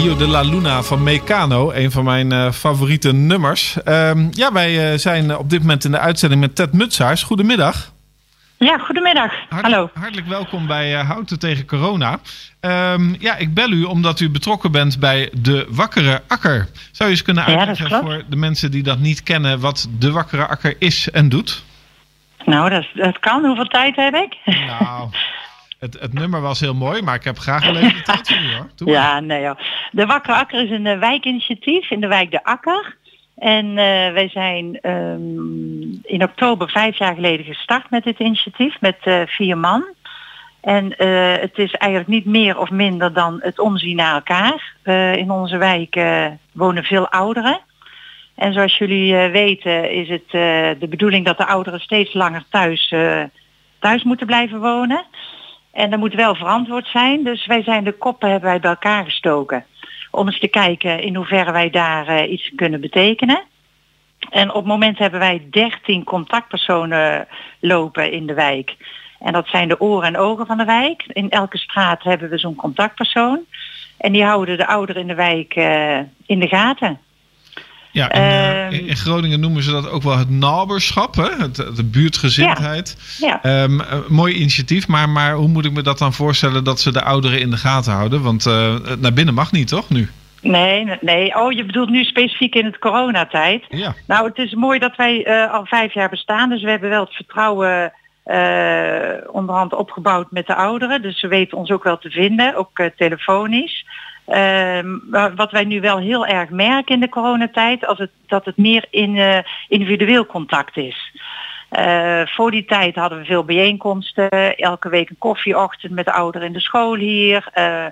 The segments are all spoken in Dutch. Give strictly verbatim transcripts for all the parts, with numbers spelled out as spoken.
Rio de la Luna van Mecano, een van mijn uh, favoriete nummers. Um, ja, wij uh, zijn op dit moment in de uitzending met Ted Mutsaars. Goedemiddag. Ja, goedemiddag. Hartelijk, Hallo. Hartelijk welkom bij uh, Houten tegen Corona. Um, ja, ik bel u omdat u betrokken bent bij De Wakkere Akker. Zou je eens kunnen uitleggen ja, voor de mensen die dat niet kennen wat De Wakkere Akker is en doet? Nou, dat, dat kan. Hoeveel tijd heb ik? Nou... Het, het nummer was heel mooi, maar ik heb graag een leven tijd voor u, hoor. Doe ja, nee joh. De Wakkere Akker is een uh, wijkinitiatief in de wijk De Akker. En uh, wij zijn um, in oktober vijf jaar geleden gestart met dit initiatief met uh, vier man. En uh, het is eigenlijk niet meer of minder dan het omzien naar elkaar. Uh, in onze wijk uh, wonen veel ouderen. En zoals jullie uh, weten is het uh, de bedoeling dat de ouderen steeds langer thuis, uh, thuis moeten blijven wonen. En dat moet wel verantwoord zijn. Dus wij zijn de koppen hebben wij bij elkaar gestoken. Om eens te kijken in hoeverre wij daar uh, iets kunnen betekenen. En op het moment hebben wij dertien contactpersonen lopen in de wijk. En dat zijn de oren en ogen van de wijk. In elke straat hebben we zo'n contactpersoon. En die houden de ouderen in de wijk uh, in de gaten. Ja, en, uh, in Groningen noemen ze dat ook wel het naberschap, hè? Het, de buurtgezindheid. Ja, ja. Um, uh, mooi initiatief, maar, maar hoe moet ik me dat dan voorstellen dat ze de ouderen in de gaten houden? Want uh, naar binnen mag niet, toch, nu? Nee, nee. Oh, je bedoelt nu specifiek in het coronatijd? Ja. Nou, het is mooi dat wij uh, al vijf jaar bestaan, dus we hebben wel het vertrouwen uh, onderhand opgebouwd met de ouderen. Dus ze weten ons ook wel te vinden, ook uh, telefonisch. Uh, wat wij nu wel heel erg merken in de coronatijd, als het, dat het meer in uh, individueel contact is. Uh, voor die tijd hadden we veel bijeenkomsten, elke week een koffieochtend met de ouderen in de school hier. Uh,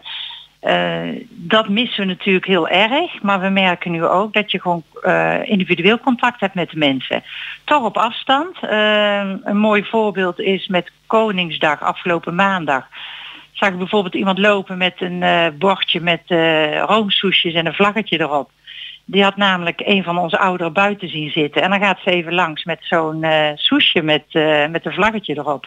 uh, dat missen we natuurlijk heel erg, maar we merken nu ook dat je gewoon uh, individueel contact hebt met de mensen. Toch op afstand. Uh, een mooi voorbeeld is met Koningsdag afgelopen maandag. Zag ik bijvoorbeeld iemand lopen met een uh, bordje met uh, roomsoesjes en een vlaggetje erop. Die had namelijk een van onze ouderen buiten zien zitten. En dan gaat ze even langs met zo'n uh, soesje met, uh, met een vlaggetje erop.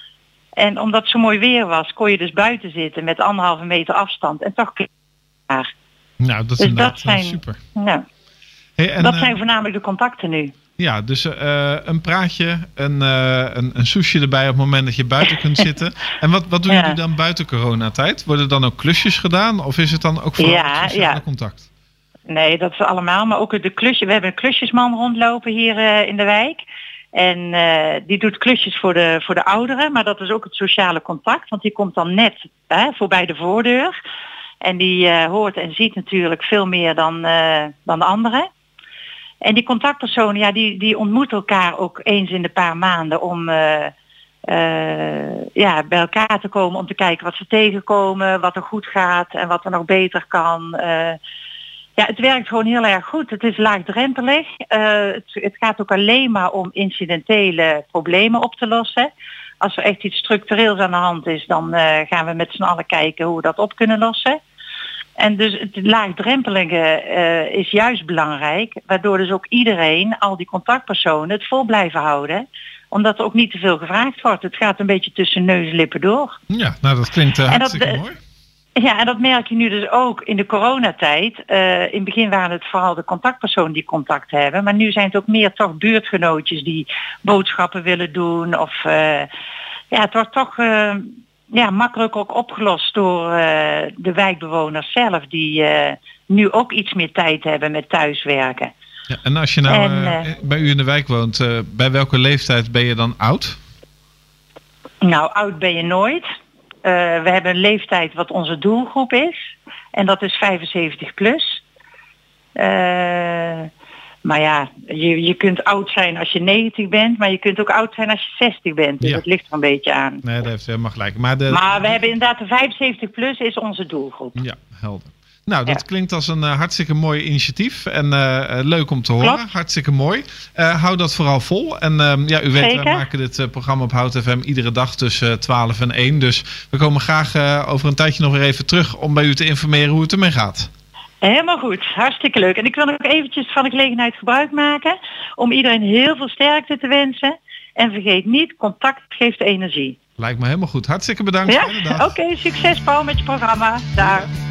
En omdat het zo mooi weer was, kon je dus buiten zitten met anderhalve meter afstand. En toch klaar. Nou, dat is dus inderdaad dat zijn, super. Nou, hey, en, dat uh, zijn voornamelijk de contacten nu. Ja, dus uh, een praatje, een, uh, een, een soesje erbij op het moment dat je buiten kunt zitten. En wat, wat doen ja. jullie dan buiten coronatijd? Worden dan ook klusjes gedaan? Of is het dan ook vooral ja, sociale ja. contact? Nee, dat is allemaal. Maar ook de klusje. We hebben een klusjesman rondlopen hier uh, in de wijk. En uh, die doet klusjes voor de, voor de ouderen. Maar dat is ook het sociale contact. Want die komt dan net hè, voorbij de voordeur. En die uh, hoort en ziet natuurlijk veel meer dan, uh, dan de anderen. En die contactpersonen, ja, die, die ontmoeten elkaar ook eens in de paar maanden om uh, uh, ja, bij elkaar te komen om te kijken wat ze tegenkomen, wat er goed gaat en wat er nog beter kan. Uh, ja, het werkt gewoon heel erg goed. Het is laagdrempelig. Uh, het, het gaat ook alleen maar om incidentele problemen op te lossen. Als er echt iets structureels aan de hand is, dan uh, gaan we met z'n allen kijken hoe we dat op kunnen lossen. En dus het laagdrempelige uh, is juist belangrijk, waardoor dus ook iedereen, al die contactpersonen, het vol blijven houden. Omdat er ook niet te veel gevraagd wordt. Het gaat een beetje tussen neus en lippen door. Ja, nou dat klinkt uh, hartstikke dat, uh, mooi. Ja, en dat merk je nu dus ook in de coronatijd. Uh, in het begin waren het vooral de contactpersonen die contact hebben. Maar nu zijn het ook meer toch buurtgenootjes die boodschappen willen doen. Of uh, ja, het wordt toch... Uh, Ja, makkelijk ook opgelost door uh, de wijkbewoners zelf, die uh, nu ook iets meer tijd hebben met thuiswerken. Ja, en als je nou en, uh, bij u in de wijk woont, uh, bij welke leeftijd ben je dan oud? Nou, oud ben je nooit. Uh, we hebben een leeftijd wat onze doelgroep is. En dat is vijfenzeventig plus. Uh, Maar ja, je, je kunt oud zijn als je negentig bent, maar je kunt ook oud zijn als je zestig bent. Dus ja. Dat ligt er een beetje aan. Nee, dat heeft helemaal gelijk. Maar, de... maar we hebben inderdaad de vijfenzeventig plus is onze doelgroep. Ja, helder. Nou, dat ja. klinkt als een uh, hartstikke mooi initiatief. En uh, leuk om te horen. Klopt. Hartstikke mooi. Uh, hou dat vooral vol. En uh, ja, u weet, Zeker. wij maken dit uh, programma op Houten F M iedere dag tussen twaalf en één. Dus we komen graag uh, over een tijdje nog weer even terug om bij u te informeren hoe het ermee gaat. Helemaal goed, hartstikke leuk. En ik wil nog eventjes van de gelegenheid gebruik maken om iedereen heel veel sterkte te wensen. En vergeet niet, contact geeft energie. Lijkt me helemaal goed. Hartstikke bedankt. Ja? Oké, okay, succes Paul met je programma. Daar.